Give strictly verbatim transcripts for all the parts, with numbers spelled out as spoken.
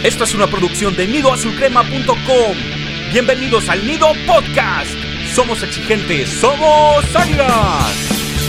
Esto es una producción de nido azul crema punto com. Bienvenidos al Nido Podcast. Somos exigentes, somos águilas.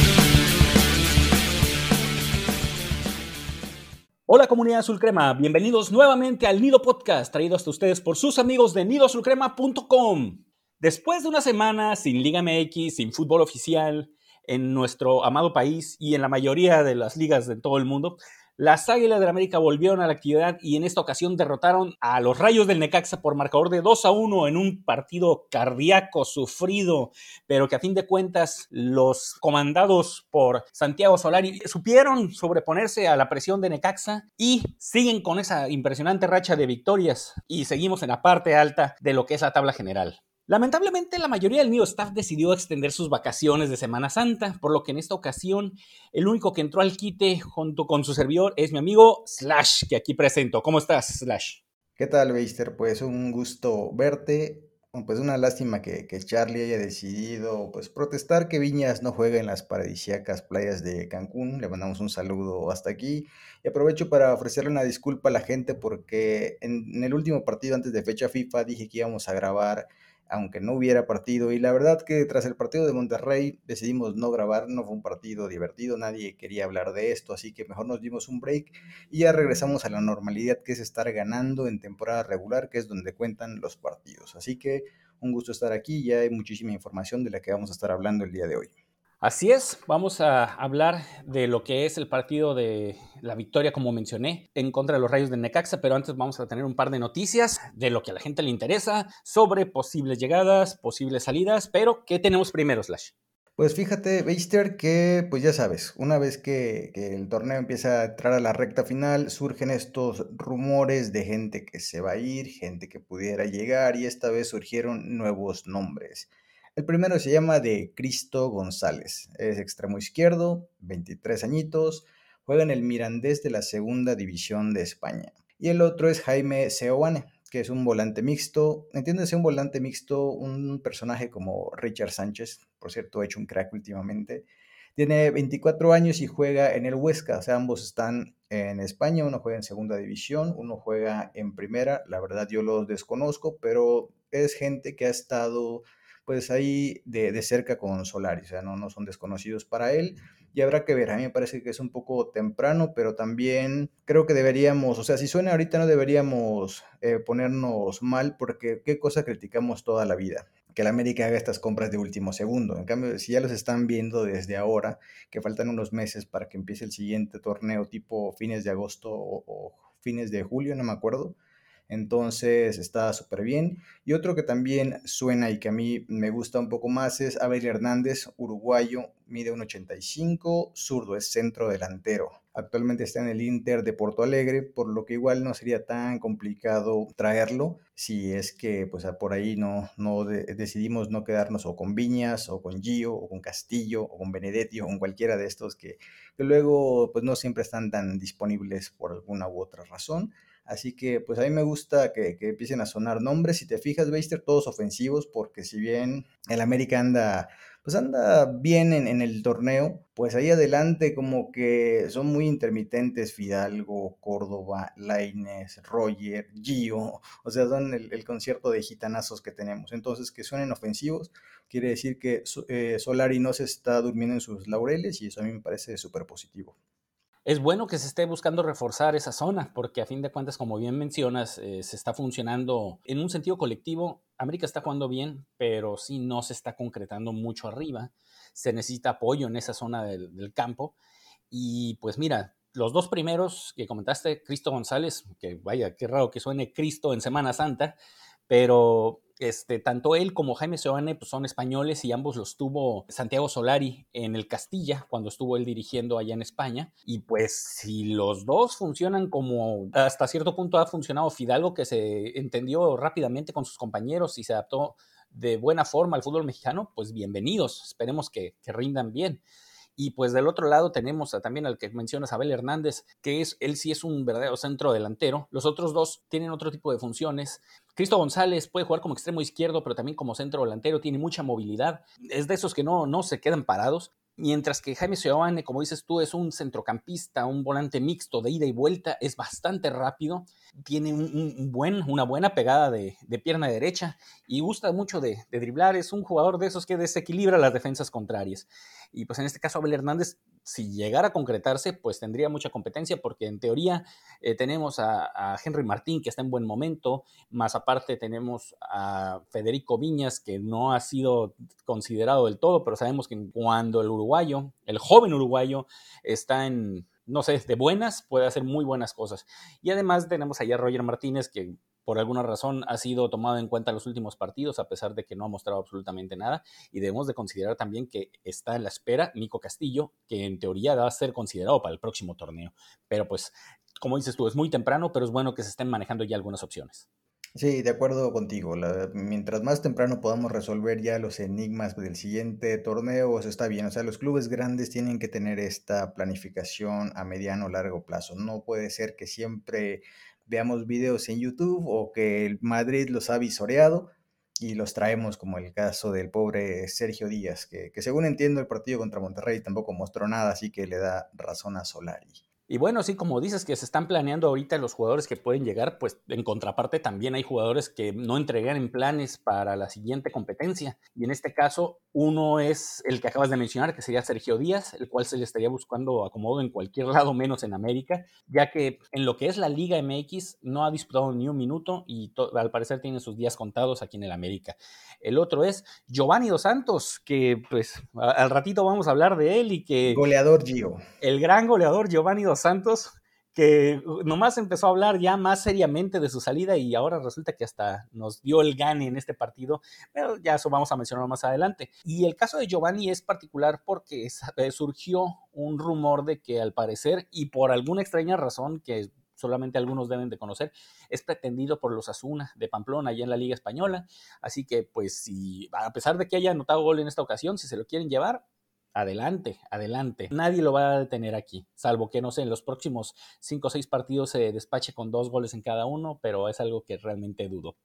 Hola comunidad azul crema, bienvenidos nuevamente al Nido Podcast, traído hasta ustedes por sus amigos de nido azul crema punto com. Después de una semana sin Liga M X, sin fútbol oficial en nuestro amado país y en la mayoría de las ligas de todo el mundo, las Águilas del América volvieron a la actividad y en esta ocasión derrotaron a los Rayos del Necaxa por marcador de dos a uno en un partido cardíaco, sufrido, pero que a fin de cuentas los comandados por Santiago Solari supieron sobreponerse a la presión de Necaxa y siguen con esa impresionante racha de victorias y seguimos en la parte alta de lo que es la tabla general. Lamentablemente, la mayoría del Nido Staff decidió extender sus vacaciones de Semana Santa, por lo que en esta ocasión el único que entró al quite junto con su servidor es mi amigo Slash, que aquí presento. ¿Cómo estás, Slash? ¿Qué tal, Beister? Pues un gusto verte. Pues una lástima que, que Charlie haya decidido pues protestar que Viñas no juega en las paradisíacas playas de Cancún. Le mandamos un saludo hasta aquí y aprovecho para ofrecerle una disculpa a la gente porque en, en el último partido antes de fecha FIFA dije que íbamos a grabar aunque no hubiera partido, y la verdad que tras el partido de Monterrey decidimos no grabar. No fue un partido divertido, nadie quería hablar de esto, así que mejor nos dimos un break y ya regresamos a la normalidad, que es estar ganando en temporada regular, que es donde cuentan los partidos. Así que un gusto estar aquí, ya hay muchísima información de la que vamos a estar hablando el día de hoy. Así es, vamos a hablar de lo que es el partido de la victoria, como mencioné, en contra de los Rayos de Necaxa, pero antes vamos a tener un par de noticias de lo que a la gente le interesa, sobre posibles llegadas, posibles salidas, pero ¿qué tenemos primero, Slash? Pues fíjate, Beister, que pues ya sabes, una vez que, que el torneo empieza a entrar a la recta final, surgen estos rumores de gente que se va a ir, gente que pudiera llegar, y esta vez surgieron nuevos nombres. El primero se llama de Cristo González, es extremo izquierdo, veintitrés añitos, juega en el Mirandés de la segunda división de España. Y el otro es Jaime Seoane, que es un volante mixto. Entiéndase un volante mixto, un personaje como Richard Sánchez, por cierto, ha hecho un crack últimamente. Tiene veinticuatro años y juega en el Huesca, o sea, ambos están en España, uno juega en segunda división, uno juega en primera. La verdad yo los desconozco, pero es gente que ha estado pues ahí de, de cerca con Solari, o sea, no, no son desconocidos para él. Y habrá que ver, a mí me parece que es un poco temprano, pero también creo que deberíamos, o sea, si suena ahorita no deberíamos eh, ponernos mal, porque qué cosa criticamos toda la vida, que la América haga estas compras de último segundo. En cambio, si ya los están viendo desde ahora, que faltan unos meses para que empiece el siguiente torneo, tipo fines de agosto o, o fines de julio, no me acuerdo. Entonces está súper bien. Y otro que también suena y que a mí me gusta un poco más es Abel Hernández, uruguayo, mide uno ochenta y cinco, zurdo, es centro delantero. Actualmente está en el Inter de Porto Alegre, por lo que igual no sería tan complicado traerlo si es que pues por ahí no, no de, decidimos no quedarnos o con Viñas o con Gio o con Castillo o con Benedetti o con cualquiera de estos que, que luego pues no siempre están tan disponibles por alguna u otra razón. Así que pues a mí me gusta que, que empiecen a sonar nombres. Si te fijas, Beister, todos ofensivos, porque si bien el América anda, pues anda bien en, en el torneo, pues ahí adelante como que son muy intermitentes. Fidalgo, Córdoba, Lainez, Roger, Gio, o sea, son el, el concierto de gitanazos que tenemos. Entonces, que suenen ofensivos quiere decir que eh, Solari no se está durmiendo en sus laureles, y eso a mí me parece súper positivo. Es bueno que se esté buscando reforzar esa zona, porque a fin de cuentas, como bien mencionas, eh, se está funcionando en un sentido colectivo. América está jugando bien, pero sí no se está concretando mucho arriba. Se necesita apoyo en esa zona del, del campo. Y pues mira, los dos primeros que comentaste, Cristo González, que vaya, qué raro que suene Cristo en Semana Santa, pero este, tanto él como Jaime Seoane pues, son españoles y ambos los tuvo Santiago Solari en el Castilla cuando estuvo él dirigiendo allá en España. Y pues si los dos funcionan como hasta cierto punto ha funcionado Fidalgo, que se entendió rápidamente con sus compañeros y se adaptó de buena forma al fútbol mexicano, pues bienvenidos, esperemos que, que rindan bien. Y pues del otro lado tenemos a, también al que mencionas, Abel Hernández, que es, él sí es un verdadero centro delantero. Los otros dos tienen otro tipo de funciones. Cristo González puede jugar como extremo izquierdo, pero también como centro delantero, tiene mucha movilidad. Es de esos que no, no se quedan parados. Mientras que Jaime Seoane, como dices tú, es un centrocampista, un volante mixto de ida y vuelta, es bastante rápido, tiene un, un buen, una buena pegada de, de pierna derecha y gusta mucho de, de driblar, es un jugador de esos que desequilibra las defensas contrarias. Y pues en este caso Abel Hernández, si llegara a concretarse, pues tendría mucha competencia porque en teoría eh, tenemos a, a Henry Martín, que está en buen momento, más aparte tenemos a Federico Viñas, que no ha sido considerado del todo, pero sabemos que cuando el uruguayo, el joven uruguayo, está en, no sé, de buenas, puede hacer muy buenas cosas. Y además tenemos allá a Roger Martínez, que por alguna razón ha sido tomado en cuenta en los últimos partidos, a pesar de que no ha mostrado absolutamente nada, y debemos de considerar también que está en la espera Nico Castillo, que en teoría va a ser considerado para el próximo torneo. Pero pues, como dices tú, es muy temprano, pero es bueno que se estén manejando ya algunas opciones. Sí, de acuerdo contigo. La- mientras más temprano podamos resolver ya los enigmas del siguiente torneo, pues está bien. O sea, los clubes grandes tienen que tener esta planificación a mediano o largo plazo. No puede ser que siempre veamos videos en YouTube o que el Madrid los ha visoreado y los traemos como el caso del pobre Sergio Díaz, que, que según entiendo el partido contra Monterrey tampoco mostró nada, así que le da razón a Solari. Y bueno, sí, como dices que se están planeando ahorita los jugadores que pueden llegar, pues en contraparte también hay jugadores que no entregan en planes para la siguiente competencia. Y en este caso, uno es el que acabas de mencionar, que sería Sergio Díaz, el cual se le estaría buscando acomodo en cualquier lado menos en América, ya que en lo que es la Liga M X no ha disputado ni un minuto y to- al parecer tiene sus días contados aquí en el América. El otro es Giovanni Dos Santos, que pues a- al ratito vamos a hablar de él y que Goleador Gio. el gran goleador Giovanni Dos Santos, que nomás empezó a hablar ya más seriamente de su salida y ahora resulta que hasta nos dio el gane en este partido, pero ya eso vamos a mencionar más adelante. Y el caso de Giovanni es particular porque surgió un rumor de que al parecer, y por alguna extraña razón que solamente algunos deben de conocer, es pretendido por los Asuna de Pamplona, allá en la Liga Española, así que pues si, a pesar de que haya anotado gol en esta ocasión, si se lo quieren llevar, adelante, adelante. Nadie lo va a detener aquí, salvo que, no sé, en los próximos cinco o seis partidos se despache con dos goles en cada uno, pero es algo que realmente dudo.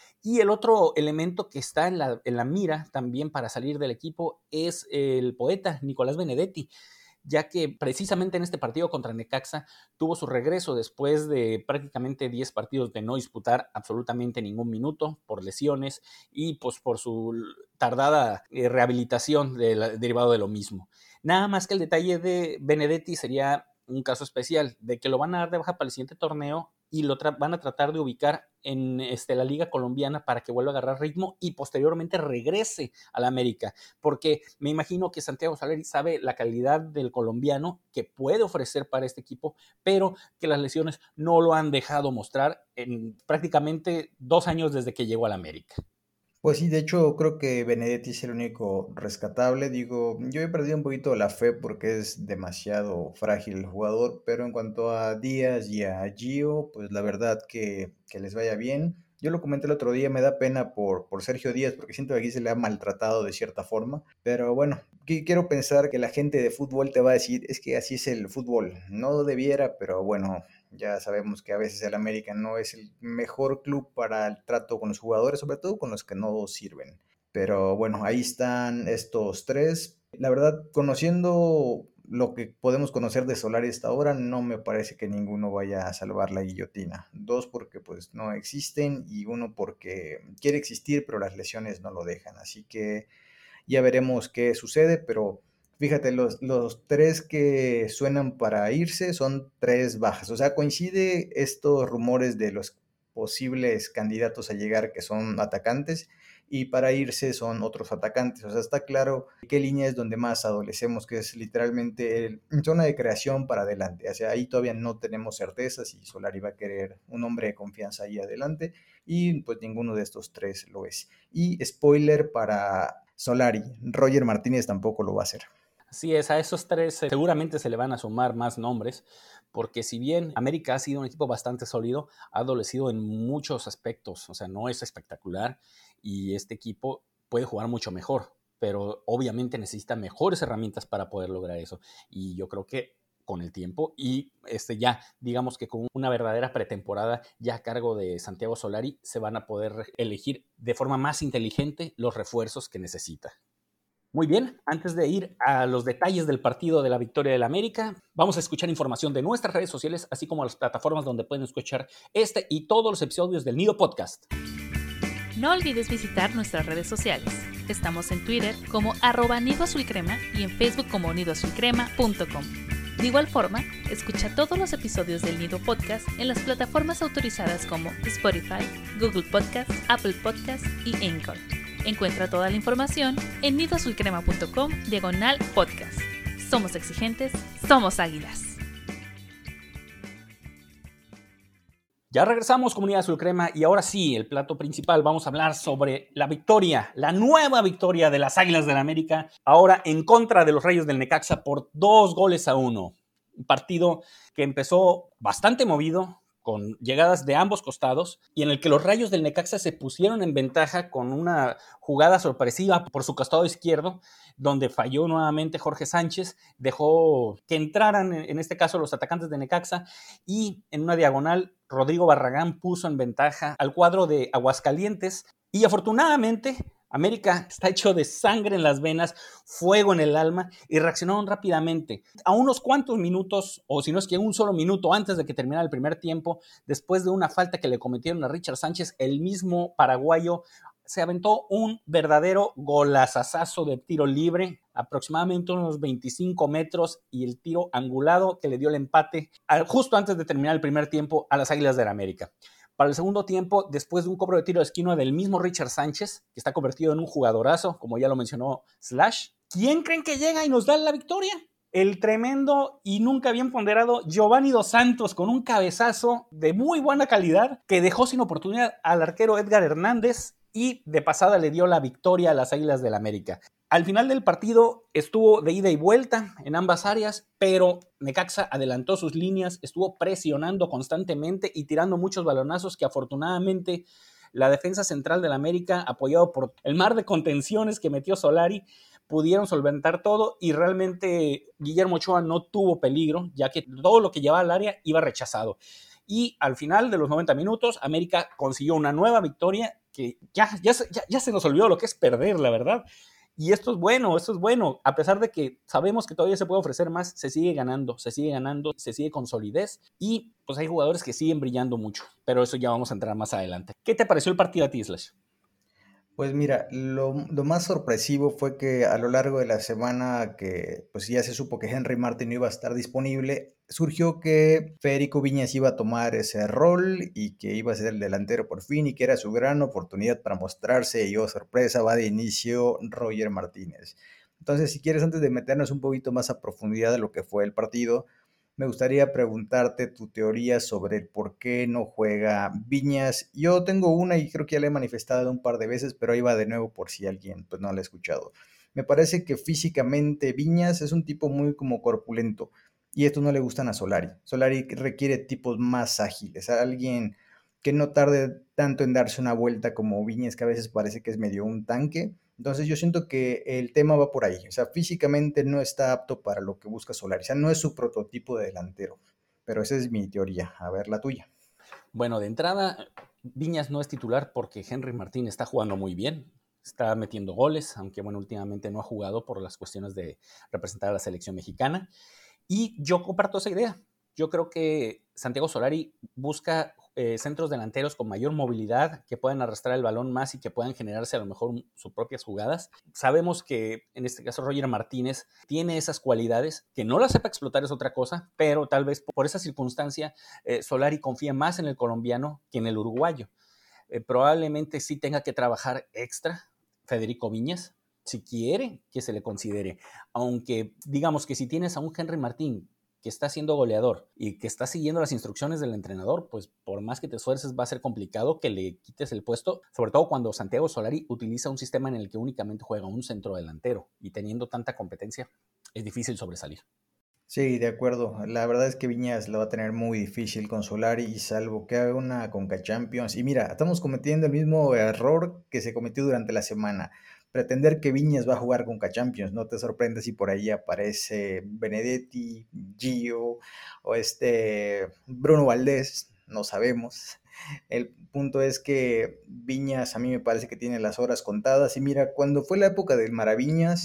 Y el otro elemento que está en la, en la mira también para salir del equipo es el poeta Nicolás Benedetti, ya que precisamente en este partido contra Necaxa tuvo su regreso después de prácticamente diez partidos de no disputar absolutamente ningún minuto por lesiones y pues por su tardada eh, rehabilitación de la, derivado de lo mismo. Nada más que el detalle de Benedetti sería un caso especial, de que lo van a dar de baja para el siguiente torneo y lo van a tratar de ubicar en este, la Liga Colombiana para que vuelva a agarrar ritmo y posteriormente regrese a la América, porque me imagino que Santiago Solari sabe la calidad del colombiano que puede ofrecer para este equipo, pero que las lesiones no lo han dejado mostrar en prácticamente dos años desde que llegó a la América. Pues sí, de hecho creo que Benedetti es el único rescatable. Digo, yo he perdido un poquito la fe porque es demasiado frágil el jugador, pero en cuanto a Díaz y a Gio, pues la verdad que, que les vaya bien. Yo lo comenté el otro día, me da pena por, por Sergio Díaz porque siento que aquí se le ha maltratado de cierta forma, pero bueno, qui- quiero pensar que la gente de fútbol te va a decir, es que así es el fútbol, no debiera, pero bueno, ya sabemos que a veces el América no es el mejor club para el trato con los jugadores, sobre todo con los que no sirven. Pero bueno, ahí están estos tres. La verdad, conociendo lo que podemos conocer de Solari hasta ahora, no me parece que ninguno vaya a salvar la guillotina. Dos porque pues no existen y uno porque quiere existir, pero las lesiones no lo dejan. Así que ya veremos qué sucede, pero fíjate, los, los tres que suenan para irse son tres bajas. O sea, coincide estos rumores de los posibles candidatos a llegar que son atacantes y para irse son otros atacantes. O sea, está claro qué línea es donde más adolecemos, que es literalmente el, zona de creación para adelante. O sea, ahí todavía no tenemos certezas si Solari va a querer un hombre de confianza ahí adelante y pues ninguno de estos tres lo es. Y spoiler para Solari, Roger Martínez tampoco lo va a hacer. Así es, a esos tres eh, seguramente se le van a sumar más nombres, porque si bien América ha sido un equipo bastante sólido, ha adolecido en muchos aspectos, o sea, no es espectacular y este equipo puede jugar mucho mejor, pero obviamente necesita mejores herramientas para poder lograr eso. Y yo creo que con el tiempo y este ya, digamos que con una verdadera pretemporada ya a cargo de Santiago Solari, se van a poder elegir de forma más inteligente los refuerzos que necesita. Muy bien, antes de ir a los detalles del partido de la victoria del América, vamos a escuchar información de nuestras redes sociales, así como las plataformas donde pueden escuchar este y todos los episodios del Nido Podcast. No olvides visitar nuestras redes sociales. Estamos en Twitter como arroba Nido Azul Crema y en Facebook como nido azul crema punto com. De igual forma, escucha todos los episodios del Nido Podcast en las plataformas autorizadas como Spotify, Google Podcasts, Apple Podcasts y Anchor. Encuentra toda la información en nido azul crema punto com diagonal podcast. Somos exigentes, somos águilas. Ya regresamos, comunidad Azul Crema, y ahora sí, el plato principal. Vamos a hablar sobre la victoria, la nueva victoria de las Águilas del la América, ahora en contra de los Rayos del Necaxa por dos goles a uno. Un partido que empezó bastante movido, con llegadas de ambos costados, y en el que los Rayos del Necaxa se pusieron en ventaja con una jugada sorpresiva por su costado izquierdo, donde falló nuevamente Jorge Sánchez, dejó que entraran, en este caso, los atacantes de Necaxa, y en una diagonal, Rodrigo Barragán puso en ventaja al cuadro de Aguascalientes, y afortunadamente América está hecho de sangre en las venas, fuego en el alma, y reaccionaron rápidamente. A unos cuantos minutos, o si no es que un solo minuto antes de que terminara el primer tiempo, después de una falta que le cometieron a Richard Sánchez, el mismo paraguayo se aventó un verdadero golazazazo de tiro libre, aproximadamente unos veinticinco metros, y el tiro angulado que le dio el empate justo antes de terminar el primer tiempo a las Águilas del América. Para el segundo tiempo, después de un cobro de tiro de esquina del mismo Richard Sánchez, que está convertido en un jugadorazo, como ya lo mencionó Slash, ¿quién creen que llega y nos da la victoria? El tremendo y nunca bien ponderado Giovanni Dos Santos, con un cabezazo de muy buena calidad que dejó sin oportunidad al arquero Edgar Hernández y de pasada le dio la victoria a las Águilas del América. Al final del partido estuvo de ida y vuelta en ambas áreas, pero Necaxa adelantó sus líneas, estuvo presionando constantemente y tirando muchos balonazos que afortunadamente la defensa central del América, apoyado por el mar de contenciones que metió Solari, pudieron solventar todo, y realmente Guillermo Ochoa no tuvo peligro, ya que todo lo que llevaba al área iba rechazado. Y al final de los noventa minutos, América consiguió una nueva victoria que ya, ya, ya, ya se nos olvidó lo que es perder, la verdad. Y esto es bueno, esto es bueno. A pesar de que sabemos que todavía se puede ofrecer más, se sigue ganando, se sigue ganando, se sigue con solidez. Y pues hay jugadores que siguen brillando mucho. Pero eso ya vamos a entrar más adelante. ¿Qué te pareció el partido a ti, Slash? Pues mira, lo, lo más sorpresivo fue que a lo largo de la semana que pues ya se supo que Henry Martin no iba a estar disponible, surgió que Federico Viñas iba a tomar ese rol y que iba a ser el delantero por fin y que era su gran oportunidad para mostrarse, y oh sorpresa, va de inicio Roger Martínez. Entonces, si quieres, antes de meternos un poquito más a profundidad de lo que fue el partido, me gustaría preguntarte tu teoría sobre el por qué no juega Viñas. Yo tengo una y creo que ya la he manifestado un par de veces, pero ahí va de nuevo por si alguien pues, no la ha escuchado. Me parece que físicamente Viñas es un tipo muy como corpulento, y esto no le gustan a Solari. Solari requiere tipos más ágiles, alguien que no tarde tanto en darse una vuelta como Viñas, que a veces parece que es medio un tanque. Entonces yo siento que el tema va por ahí. O sea, físicamente no está apto para lo que busca Solari. O sea, no es su prototipo de delantero. Pero esa es mi teoría. A ver, la tuya. Bueno, de entrada, Viñas no es titular porque Henry Martín está jugando muy bien. Está metiendo goles, aunque bueno, últimamente no ha jugado por las cuestiones de representar a la selección mexicana. Y yo comparto esa idea. Yo creo que Santiago Solari busca eh, centros delanteros con mayor movilidad, que puedan arrastrar el balón más y que puedan generarse a lo mejor sus propias jugadas. Sabemos que en este caso Roger Martínez tiene esas cualidades, que no las sepa explotar es otra cosa, pero tal vez por esa circunstancia eh, Solari confía más en el colombiano que en el uruguayo. Eh, probablemente sí tenga que trabajar extra Federico Viñas, si quiere que se le considere, aunque digamos que si tienes a un Henry Martín que está siendo goleador y que está siguiendo las instrucciones del entrenador, pues por más que te esfuerces va a ser complicado que le quites el puesto, sobre todo cuando Santiago Solari utiliza un sistema en el que únicamente juega un centro delantero, y teniendo tanta competencia es difícil sobresalir. Sí, de acuerdo. La verdad es que Viñas lo va a tener muy difícil con Solari, y salvo que haga una Conca Champions. Y mira, estamos cometiendo el mismo error que se cometió durante la semana. Pretender que Viñas va a jugar Conca Champions. No te sorprendas si por ahí aparece Benedetti, Gio o este Bruno Valdés. No sabemos. El punto es que Viñas a mí me parece que tiene las horas contadas. Y mira, cuando fue la época del Maraviñas,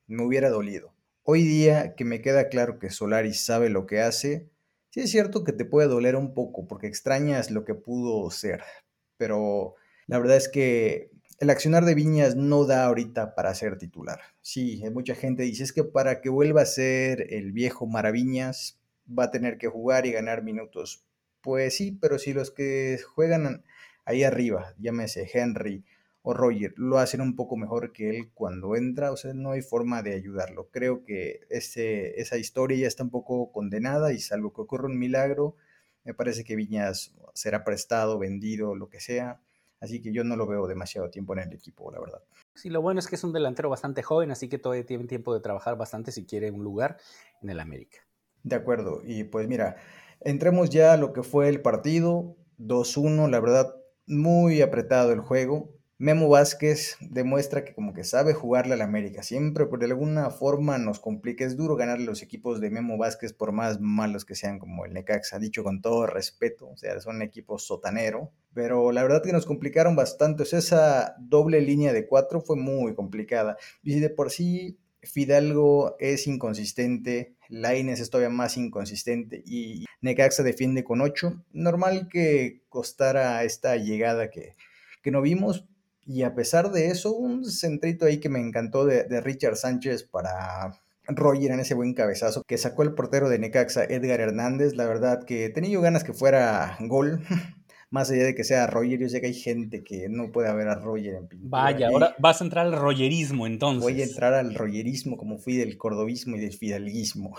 me hubiera dolido. Hoy día que me queda claro que Solari sabe lo que hace, sí es cierto que te puede doler un poco porque extrañas lo que pudo ser, pero la verdad es que el accionar de Viñas no da ahorita para ser titular. Sí, mucha gente dice es que para que vuelva a ser el viejo Maraviñas va a tener que jugar y ganar minutos. Pues sí, pero si los que juegan ahí arriba, llámese Henry o Roger, lo hacen un poco mejor que él cuando entra, o sea, no hay forma de ayudarlo. Creo que ese, esa historia ya está un poco condenada y salvo que ocurra un milagro, me parece que Viñas será prestado, vendido, lo que sea. Así que yo no lo veo demasiado tiempo en el equipo, la verdad. Sí, lo bueno es que es un delantero bastante joven, así que todavía tiene tiempo de trabajar bastante si quiere un lugar en el América. De acuerdo, y pues mira, entremos ya a lo que fue el partido, dos uno, la verdad, muy apretado el juego. Memo Vázquez demuestra que como que sabe jugarle al América, siempre por de alguna forma nos complica, es duro ganarle a los equipos de Memo Vázquez por más malos que sean como el Necaxa, dicho con todo respeto, o sea, son equipos sotanero, pero la verdad que nos complicaron bastante, o sea, esa doble línea de cuatro fue muy complicada, y si de por sí Fidalgo es inconsistente, Lainez es todavía más inconsistente y Necaxa defiende con ocho. Normal que costara esta llegada que, que no vimos. Y a pesar de eso, un centrito ahí que me encantó de, de Richard Sánchez para Roger en ese buen cabezazo que sacó el portero de Necaxa, Edgar Hernández. La verdad que tenía yo ganas que fuera gol. Más allá de que sea Roger, yo sé que hay gente que no puede ver a Roger en pintura. Vaya, ahora vas a entrar al rogerismo entonces. Voy a entrar al rogerismo como fui del cordobismo y del fidalguismo.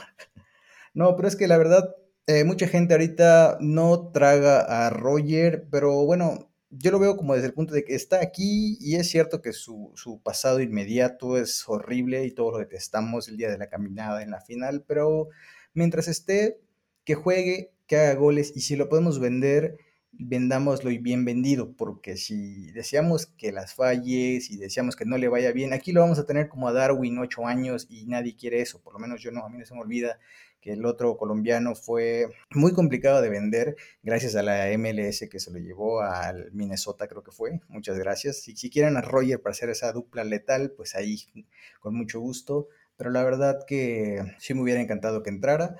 No, pero es que la verdad, eh, mucha gente ahorita no traga a Roger, pero bueno, yo lo veo como desde el punto de que está aquí y es cierto que su, su pasado inmediato es horrible y todos lo detestamos el día de la caminada en la final, pero mientras esté, que juegue, que haga goles y si lo podemos vender, vendámoslo y bien vendido, porque si deseamos que las falle, si deseamos que no le vaya bien, aquí lo vamos a tener como a Darwin, ocho años y nadie quiere eso, por lo menos yo no, a mí no se me olvida que el otro colombiano fue muy complicado de vender, gracias a la M L S que se lo llevó al Minnesota, creo que fue, muchas gracias. Si, si quieren a Roger para hacer esa dupla letal, pues ahí con mucho gusto, pero la verdad que sí me hubiera encantado que entrara.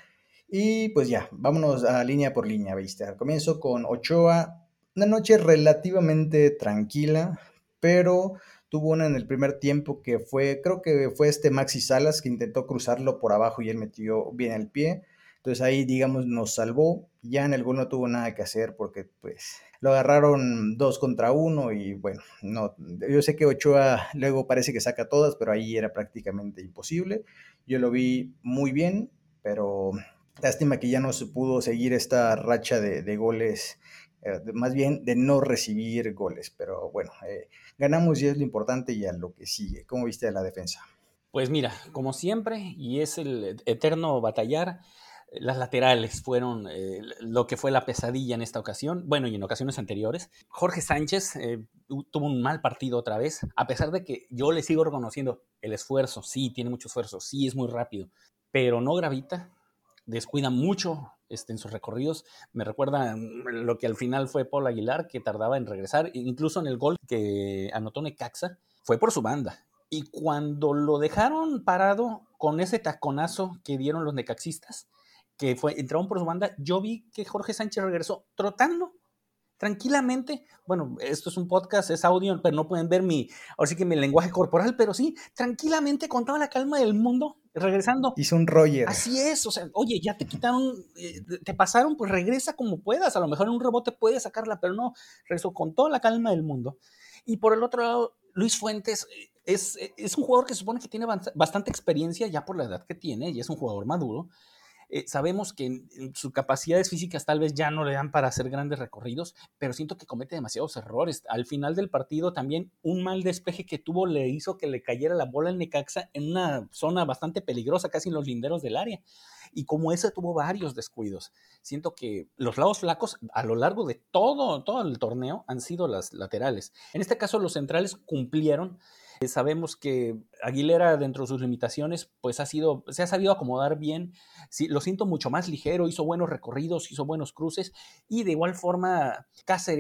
Y pues ya, vámonos a línea por línea, ¿viste? Al comienzo con Ochoa, una noche relativamente tranquila, pero tuvo una en el primer tiempo que fue, creo que fue este Maxi Salas que intentó cruzarlo por abajo y él metió bien el pie. Entonces ahí, digamos, nos salvó. Ya en el gol no tuvo nada que hacer porque pues lo agarraron dos contra uno y bueno, no, yo sé que Ochoa luego parece que saca todas, pero ahí era prácticamente imposible. Yo lo vi muy bien, pero lástima que ya no se pudo seguir esta racha de, de goles, eh, de, más bien de no recibir goles, pero bueno, eh, ganamos y es lo importante y a lo que sigue. ¿Cómo viste a la defensa? Pues mira, como siempre, y es el eterno batallar, las laterales fueron eh, lo que fue la pesadilla en esta ocasión, bueno, y en ocasiones anteriores. Jorge Sánchez eh, tuvo un mal partido otra vez, a pesar de que yo le sigo reconociendo el esfuerzo, sí, tiene mucho esfuerzo, sí, es muy rápido, pero no gravita, descuida mucho este, en sus recorridos. Me recuerda lo que al final fue Paul Aguilar, que tardaba en regresar, incluso en el gol que anotó Necaxa, fue por su banda. Y cuando lo dejaron parado con ese taconazo que dieron los necaxistas, que fue, entraron por su banda, yo vi que Jorge Sánchez regresó trotando tranquilamente. Bueno, esto es un podcast, es audio, pero no pueden ver mi, ahora sí que mi lenguaje corporal, pero sí, tranquilamente, con toda la calma del mundo, regresando. Hizo un Roger. Así es, o sea, oye, ya te quitaron, eh, te pasaron, pues regresa como puedas, a lo mejor en un rebote puedes sacarla, pero no, regresó con toda la calma del mundo. Y por el otro lado, Luis Fuentes es, es un jugador que se supone que tiene bastante experiencia ya por la edad que tiene, y es un jugador maduro. Eh, sabemos que en, en sus capacidades físicas tal vez ya no le dan para hacer grandes recorridos, pero siento que comete demasiados errores. Al final del partido también un mal despeje que tuvo le hizo que le cayera la bola al Necaxa en una zona bastante peligrosa, casi en los linderos del área. Y como ese tuvo varios descuidos. Siento que los lados flacos a lo largo de todo, todo el torneo han sido las laterales. En este caso los centrales cumplieron. Eh, sabemos que Aguilera, dentro de sus limitaciones, pues ha sido, se ha sabido acomodar bien. Sí, lo siento mucho más ligero, hizo buenos recorridos, hizo buenos cruces, y de igual forma Cáceres,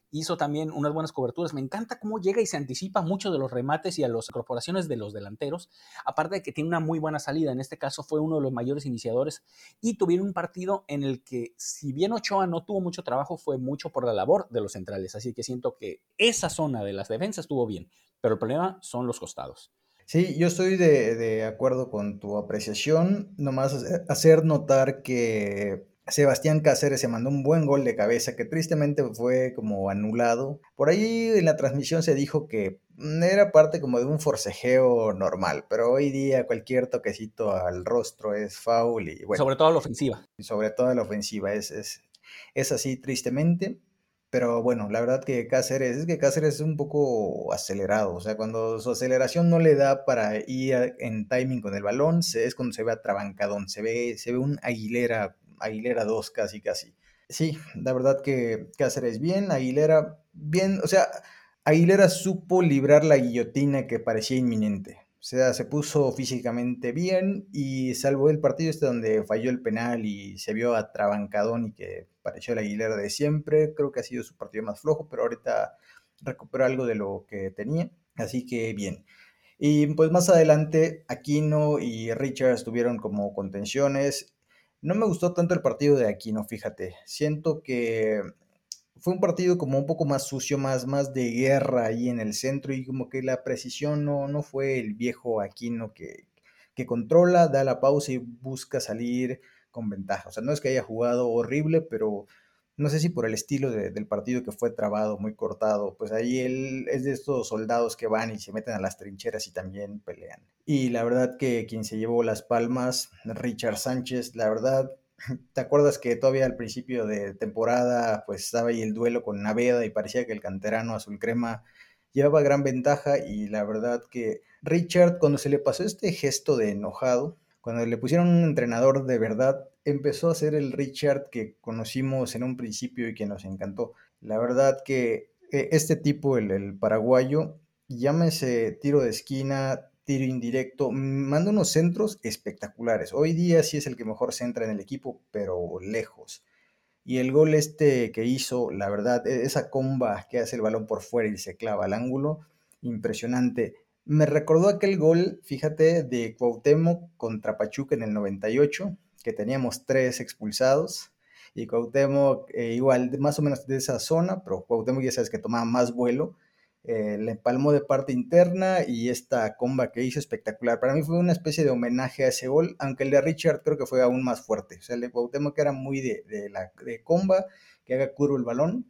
hizo también unas buenas coberturas. Me encanta cómo llega y se anticipa mucho de los remates y a las incorporaciones de los delanteros, aparte de que tiene una muy buena salida. En este caso fue uno de los mayores iniciadores y tuvieron un partido en el que, si bien Ochoa no tuvo mucho trabajo, fue mucho por la labor de los centrales, así que siento que esa zona de las defensas estuvo bien, pero el problema son los costados. Sí, yo estoy de, de acuerdo con tu apreciación, nomás hacer notar que Sebastián Cáceres se mandó un buen gol de cabeza que tristemente fue como anulado. Por ahí en la transmisión se dijo que era parte como de un forcejeo normal, pero hoy día cualquier toquecito al rostro es foul y bueno. Sobre todo a la ofensiva. Y sobre todo a la ofensiva, es, es, es así tristemente. Pero bueno, la verdad que Cáceres, es que Cáceres es un poco acelerado, o sea, cuando su aceleración no le da para ir a, en timing con el balón, se, es cuando se ve atrabancadón, se ve, se ve un Aguilera, Aguilera dos casi casi. Sí, la verdad que Cáceres bien, Aguilera bien, o sea, Aguilera supo librar la guillotina que parecía inminente. O sea, se puso físicamente bien y salvo el partido este donde falló el penal y se vio atrabancadón y que pareció la Aguilera de siempre, creo que ha sido su partido más flojo, pero ahorita recuperó algo de lo que tenía, así que bien. Y pues más adelante Aquino y Richards tuvieron como contenciones. No me gustó tanto el partido de Aquino, fíjate. Siento que fue un partido como un poco más sucio, más, más de guerra ahí en el centro y como que la precisión no, no fue el viejo Aquino que, que controla, da la pausa y busca salir con ventaja. O sea, no es que haya jugado horrible, pero no sé si por el estilo de, del partido que fue trabado, muy cortado, pues ahí él es de estos soldados que van y se meten a las trincheras y también pelean. Y la verdad que quien se llevó las palmas, Richard Sánchez, la verdad... ¿Te acuerdas que todavía al principio de temporada pues estaba ahí el duelo con Naveda y parecía que el canterano azul crema llevaba gran ventaja? Y la verdad que Richard, cuando se le pasó este gesto de enojado, cuando le pusieron un entrenador de verdad, empezó a ser el Richard que conocimos en un principio y que nos encantó. La verdad que este tipo, el, el paraguayo, llámese tiro de esquina, tiro indirecto, manda unos centros espectaculares. Hoy día sí es el que mejor centra en el equipo, pero lejos. Y el gol este que hizo, la verdad, esa comba que hace el balón por fuera y se clava al ángulo, impresionante. Me recordó aquel gol, fíjate, de Cuauhtémoc contra Pachuca en el noventa y ocho, que teníamos tres expulsados. Y Cuauhtémoc, eh, igual, más o menos de esa zona, pero Cuauhtémoc ya sabes que tomaba más vuelo. Eh, le empalmó de parte interna y esta comba que hizo espectacular. Para mí fue una especie de homenaje a ese gol, aunque el de Richard creo que fue aún más fuerte. O sea, el de Cuauhtémoc que era muy de, de, la, de comba, que haga curvo el balón,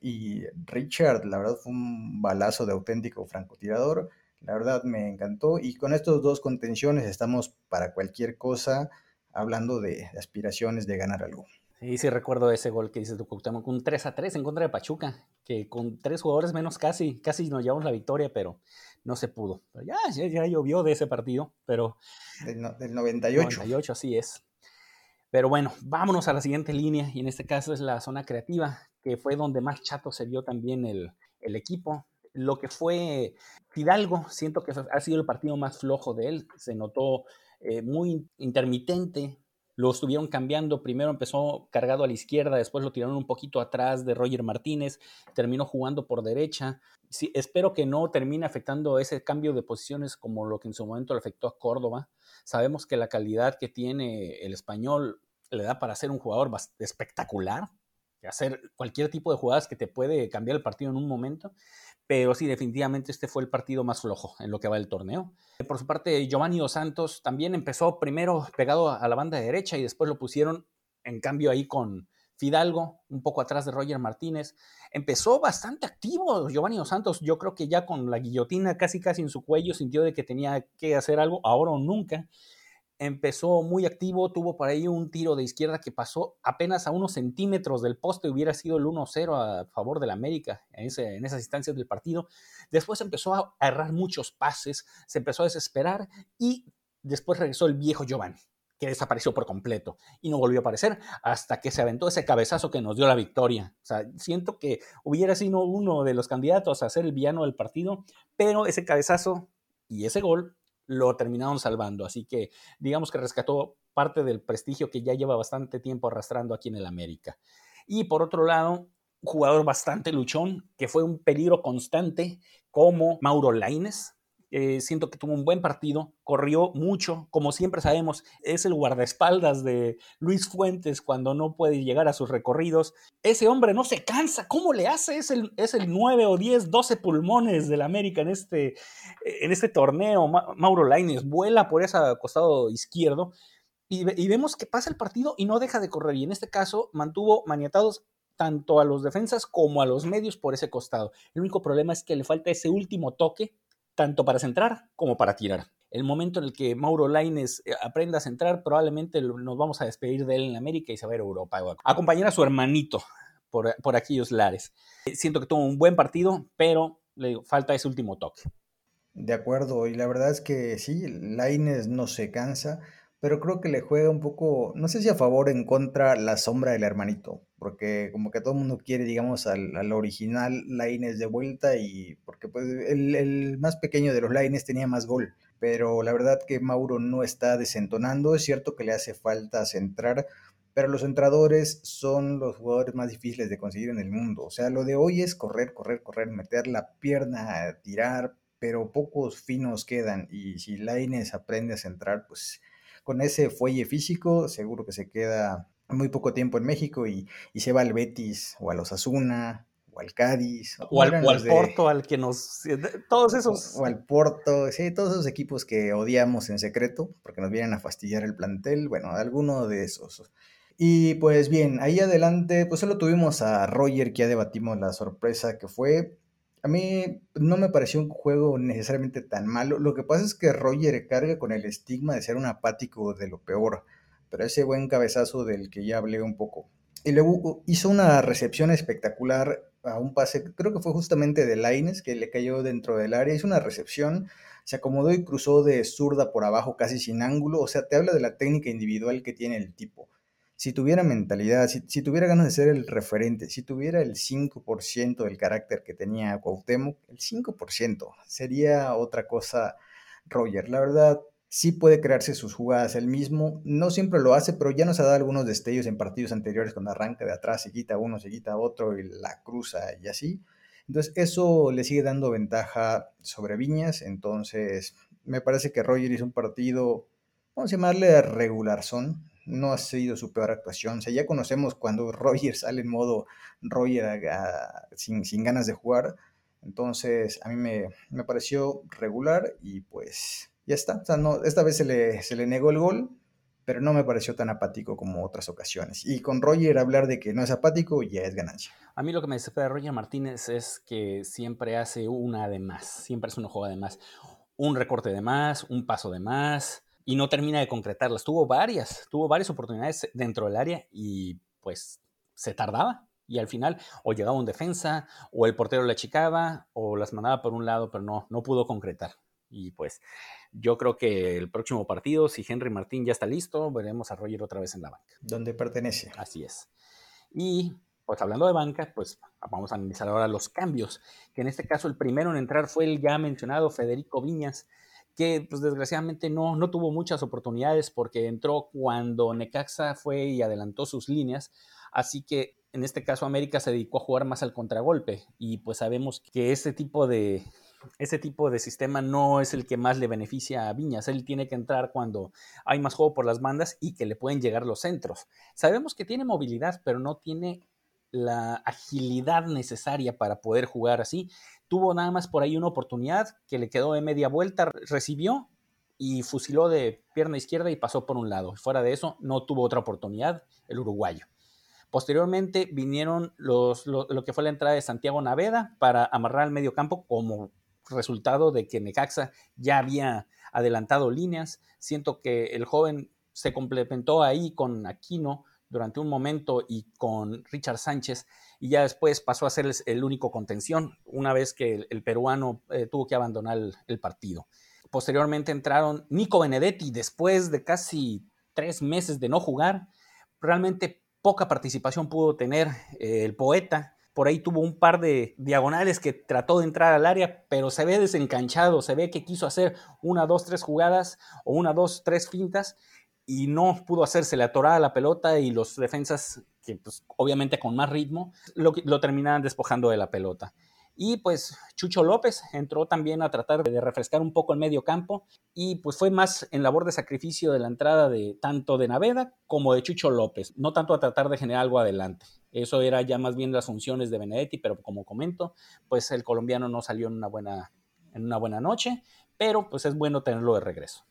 y Richard, la verdad, fue un balazo de auténtico francotirador. La verdad me encantó y con estos dos contenciones estamos para cualquier cosa, hablando de, de aspiraciones de ganar algo. Sí, sí recuerdo ese gol que dices de Cuauhtémoc, un tres a tres en contra de Pachuca, que con tres jugadores menos casi, casi nos llevamos la victoria, pero no se pudo. Pero ya, ya, ya llovió de ese partido, pero... Del, no, del noventa y ocho. noventa y ocho, así es. Pero bueno, vámonos a la siguiente línea, y en este caso es la zona creativa, que fue donde más chato se vio también el, el equipo. Lo que fue Fidalgo, siento que ha sido el partido más flojo de él, se notó eh, muy intermitente. Lo estuvieron cambiando, primero empezó cargado a la izquierda, después lo tiraron un poquito atrás de Roger Martínez, terminó jugando por derecha. Sí, espero que no termine afectando ese cambio de posiciones como lo que en su momento le afectó a Córdoba. Sabemos que la calidad que tiene el español le da para ser un jugador espectacular, hacer cualquier tipo de jugadas que te puede cambiar el partido en un momento, pero sí, definitivamente este fue el partido más flojo en lo que va del torneo. Por su parte, Giovanni Dos Santos también empezó primero pegado a la banda derecha y después lo pusieron en cambio ahí con Fidalgo, un poco atrás de Roger Martínez. Empezó bastante activo Giovanni Dos Santos, yo creo que ya con la guillotina casi casi en su cuello sintió de que tenía que hacer algo, ahora o nunca. Empezó muy activo, tuvo por ahí un tiro de izquierda que pasó apenas a unos centímetros del poste, hubiera sido el uno cero a favor del América en, ese, en esas instancias del partido. Después empezó a errar muchos pases, se empezó a desesperar y después regresó el viejo Giovanni, que desapareció por completo y no volvió a aparecer hasta que se aventó ese cabezazo que nos dio la victoria. O sea, siento que hubiera sido uno de los candidatos a ser el villano del partido, pero ese cabezazo y ese gol lo terminaron salvando, así que digamos que rescató parte del prestigio que ya lleva bastante tiempo arrastrando aquí en el América. Y por otro lado, jugador bastante luchón, que fue un peligro constante, como Mauro Lainez. Eh, siento que tuvo un buen partido, corrió mucho, como siempre sabemos, es el guardaespaldas de Luis Fuentes cuando no puede llegar a sus recorridos. Ese hombre no se cansa, ¿cómo le hace? Es el, es el nueve o diez, doce pulmones del América en este, en este torneo. Ma- Mauro Lainez vuela por ese costado izquierdo y, y vemos que pasa el partido y no deja de correr, y en este caso mantuvo maniatados tanto a los defensas como a los medios por ese costado. El único problema es que le falta ese último toque, tanto para centrar como para tirar. El momento en el que Mauro Lainez aprenda a centrar, probablemente nos vamos a despedir de él en América y se va a ir a Europa, a acompañar a su hermanito por, por aquellos lares. Siento que tuvo un buen partido, pero le digo, falta ese último toque. De acuerdo, y la verdad es que sí, Lainez no se cansa, pero creo que le juega un poco, no sé si a favor o en contra, la sombra del hermanito, porque como que todo el mundo quiere, digamos, al, al original Lainez de vuelta, y porque pues el, el más pequeño de los Lainez tenía más gol, pero la verdad que Mauro no está desentonando. Es cierto que le hace falta centrar, pero los centradores son los jugadores más difíciles de conseguir en el mundo. O sea, lo de hoy es correr, correr, correr, meter la pierna, tirar, pero pocos finos quedan, y si Lainez aprende a centrar, pues con ese fuelle físico seguro que se queda muy poco tiempo en México, y, y se va al Betis o al Osasuna o al Cádiz, o ¿cómo al, eran o los al de...? Porto, al que nos... Todos esos... O, o al Porto, sí, todos esos equipos que odiamos en secreto porque nos vienen a fastidiar el plantel, bueno, alguno de esos. Y pues bien, ahí adelante, pues solo tuvimos a Roger, que ya debatimos la sorpresa que fue. A mí no me pareció un juego necesariamente tan malo. Lo que pasa es que Roger carga con el estigma de ser un apático de lo peor, pero ese buen cabezazo del que ya hablé un poco. Y luego hizo una recepción espectacular a un pase, creo que fue justamente de Lainez, que le cayó dentro del área. Hizo una recepción, se acomodó y cruzó de zurda por abajo casi sin ángulo. O sea, te habla de la técnica individual que tiene el tipo. Si tuviera mentalidad, si, si tuviera ganas de ser el referente, si tuviera el cinco por ciento del carácter que tenía Cuauhtémoc, el cinco por ciento, sería otra cosa Roger. La verdad, sí puede crearse sus jugadas él mismo, no siempre lo hace, pero ya nos ha dado algunos destellos en partidos anteriores cuando arranca de atrás, se quita uno, se quita otro y la cruza y así. Entonces eso le sigue dando ventaja sobre Viñas. Entonces me parece que Roger hizo un partido, vamos a llamarle regular son. No ha sido su peor actuación. O sea, ya conocemos cuando Roger sale en modo Roger a, a, sin, sin ganas de jugar. Entonces a mí me, me pareció regular y pues ya está. O sea, no, esta vez se le, se le negó el gol, pero no me pareció tan apático como otras ocasiones. Y con Roger hablar de que no es apático ya es ganancia. A mí lo que me desespera de Roger Martínez es que siempre hace una de más, siempre es una jugada de más, un recorte de más, un paso de más, y no termina de concretarlas. Tuvo varias, tuvo varias oportunidades dentro del área y pues se tardaba. Y al final o llegaba un defensa, o el portero le achicaba, o las mandaba por un lado, pero no, no pudo concretar. Y pues yo creo que el próximo partido, si Henry Martín ya está listo, veremos a Roger otra vez en la banca. Donde pertenece. Así es. Y pues hablando de banca, pues vamos a analizar ahora los cambios, que en este caso el primero en entrar fue el ya mencionado Federico Viñas, que pues desgraciadamente no, no tuvo muchas oportunidades porque entró cuando Necaxa fue y adelantó sus líneas, así que en este caso América se dedicó a jugar más al contragolpe, y pues sabemos que ese tipo de, ese tipo de sistema no es el que más le beneficia a Viñas. Él tiene que entrar cuando hay más juego por las bandas y que le pueden llegar los centros. Sabemos que tiene movilidad, pero no tiene la agilidad necesaria para poder jugar así. Tuvo nada más por ahí una oportunidad que le quedó de media vuelta, recibió y fusiló de pierna izquierda y pasó por un lado. Fuera de eso, no tuvo otra oportunidad el uruguayo. Posteriormente vinieron los, lo, lo que fue la entrada de Santiago Naveda para amarrar al medio campo como resultado de que Necaxa ya había adelantado líneas. Siento que el joven se complementó ahí con Aquino durante un momento y con Richard Sánchez, y ya después pasó a ser el, el único contención una vez que el, el peruano eh, tuvo que abandonar el, el partido. Posteriormente entraron Nico Benedetti después de casi tres meses de no jugar. Realmente poca participación pudo tener eh, el poeta. Por ahí tuvo un par de diagonales que trató de entrar al área, pero se ve desencanchado, se ve que quiso hacer una, dos, tres jugadas o una, dos, tres fintas y no pudo hacerse, le atoraba la pelota y los defensas que pues, obviamente con más ritmo, lo, lo terminaban despojando de la pelota. Y pues Chucho López entró también a tratar de refrescar un poco el medio campo y pues fue más en labor de sacrificio de la entrada de tanto de Naveda como de Chucho López, no tanto a tratar de generar algo adelante. Eso era ya más bien las funciones de Benedetti, pero como comento, pues el colombiano no salió en una buena, en una buena noche, pero pues es bueno tenerlo de regreso.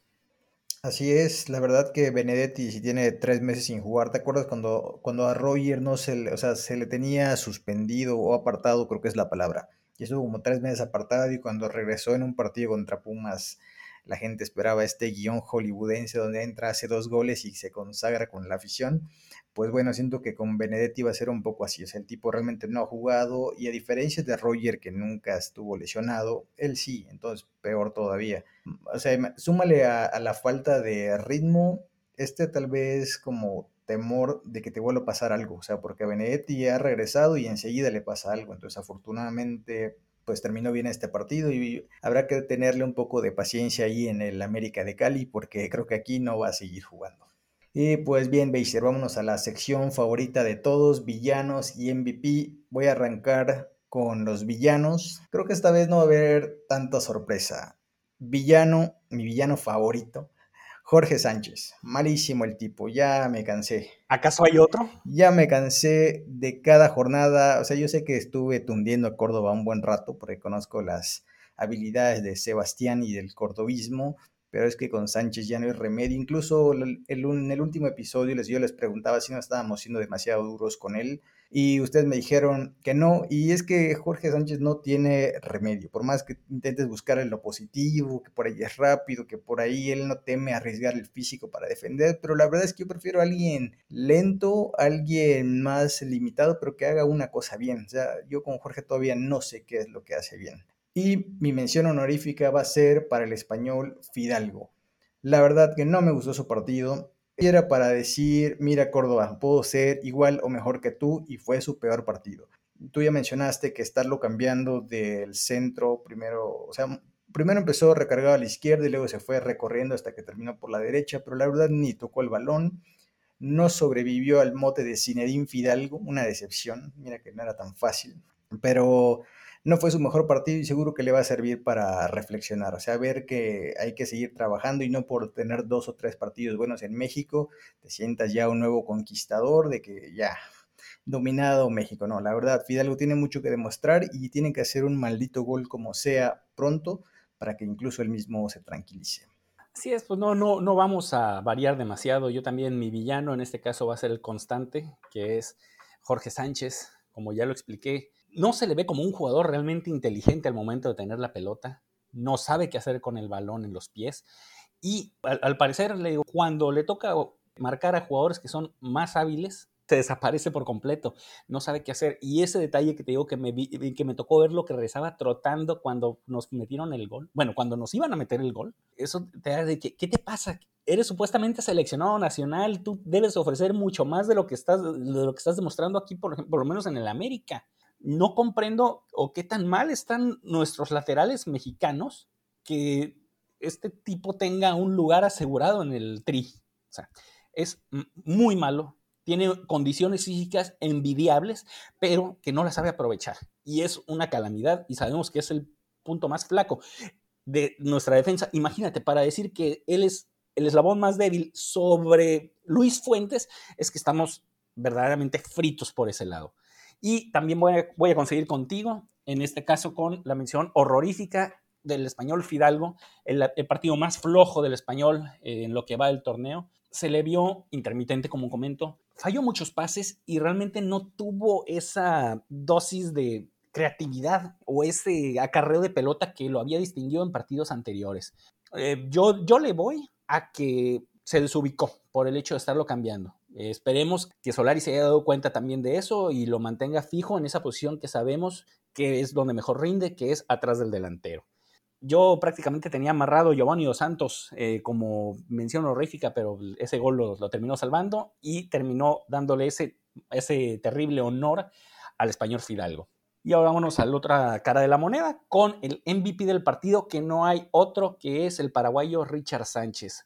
Así es, la verdad que Benedetti si tiene tres meses sin jugar, ¿te acuerdas cuando, cuando a Roger no se le, o sea, se le tenía suspendido o apartado, creo que es la palabra, y estuvo como tres meses apartado y cuando regresó en un partido contra Pumas, la gente esperaba este guión hollywoodense donde entra, hace dos goles y se consagra con la afición? Pues bueno, siento que con Benedetti va a ser un poco así, o sea, el tipo realmente no ha jugado y a diferencia de Roger que nunca estuvo lesionado, él sí, entonces peor todavía. O sea, súmale a, a la falta de ritmo, este tal vez como temor de que te vuelva a pasar algo, o sea, porque Benedetti ya ha regresado y enseguida le pasa algo, entonces afortunadamente pues terminó bien este partido y habrá que tenerle un poco de paciencia ahí en el América de Cali porque creo que aquí no va a seguir jugando. Y pues bien, Beister, vámonos a la sección favorita de todos, villanos y M V P. Voy a arrancar con los villanos. Creo que esta vez no va a haber tanta sorpresa. Villano, mi villano favorito, Jorge Sánchez. Malísimo el tipo, ya me cansé. ¿Acaso hay otro? Ya me cansé de cada jornada. O sea, yo sé que estuve tundiendo a Córdoba un buen rato porque conozco las habilidades de Sebastián y del cordobismo, pero es que con Sánchez ya no hay remedio. Incluso el, el, en el último episodio les, yo les preguntaba si no estábamos siendo demasiado duros con él y ustedes me dijeron que no, y es que Jorge Sánchez no tiene remedio, por más que intentes buscar en lo positivo, que por ahí es rápido, que por ahí él no teme arriesgar el físico para defender, pero la verdad es que yo prefiero a alguien lento, alguien más limitado, pero que haga una cosa bien. O sea, yo con Jorge todavía no sé qué es lo que hace bien. Y mi mención honorífica va a ser para el español Fidalgo. La verdad que no me gustó su partido. Era para decir, mira Córdoba, puedo ser igual o mejor que tú, y fue su peor partido. Tú ya mencionaste que estarlo cambiando del centro, primero, o sea, primero empezó recargado a la izquierda y luego se fue recorriendo hasta que terminó por la derecha, pero la verdad ni tocó el balón, no sobrevivió al mote de Zinedine Fidalgo, una decepción, mira que no era tan fácil, pero no fue su mejor partido y seguro que le va a servir para reflexionar, o sea, ver que hay que seguir trabajando y no por tener dos o tres partidos buenos en México, te sientas ya un nuevo conquistador de que ya dominado México, no, la verdad, Fidalgo tiene mucho que demostrar y tiene que hacer un maldito gol como sea pronto para que incluso él mismo se tranquilice. Así es, pues no, no, no vamos a variar demasiado. Yo también, mi villano en este caso va a ser el constante, que es Jorge Sánchez, como ya lo expliqué. No se le ve como un jugador realmente inteligente al momento de tener la pelota, no sabe qué hacer con el balón en los pies y al, al parecer, le digo, cuando le toca marcar a jugadores que son más hábiles, se desaparece por completo, no sabe qué hacer. Y ese detalle que te digo que me, vi, que me tocó ver lo que rezaba trotando cuando nos metieron el gol, bueno, cuando nos iban a meter el gol, eso te da de que, ¿qué te pasa? Eres supuestamente seleccionado nacional, tú debes ofrecer mucho más de lo que estás, de lo que estás demostrando aquí, por ejemplo, por lo menos en el América. No comprendo o qué tan mal están nuestros laterales mexicanos que este tipo tenga un lugar asegurado en el Tri. O sea, es muy malo. Tiene condiciones físicas envidiables, pero que no las sabe aprovechar. Y es una calamidad y sabemos que es el punto más flaco de nuestra defensa. Imagínate, para decir que él es el eslabón más débil sobre Luis Fuentes, es que estamos verdaderamente fritos por ese lado. Y también voy a, voy a conseguir contigo, en este caso con la mención horrorífica del español Fidalgo, el, el partido más flojo del español eh, en lo que va del torneo. Se le vio intermitente, como comento, falló muchos pases y realmente no tuvo esa dosis de creatividad o ese acarreo de pelota que lo había distinguido en partidos anteriores. Eh, yo, yo le voy a que se desubicó por el hecho de estarlo cambiando. Eh, esperemos que Solari se haya dado cuenta también de eso y lo mantenga fijo en esa posición que sabemos que es donde mejor rinde, que es atrás del delantero. Yo prácticamente tenía amarrado a Giovanni Dos Santos eh, como mención honorífica, pero ese gol lo, lo terminó salvando y terminó dándole ese, ese terrible honor al español Fidalgo. Y ahora vámonos a la otra cara de la moneda con el M V P del partido, que no hay otro, que es el paraguayo Richard Sánchez.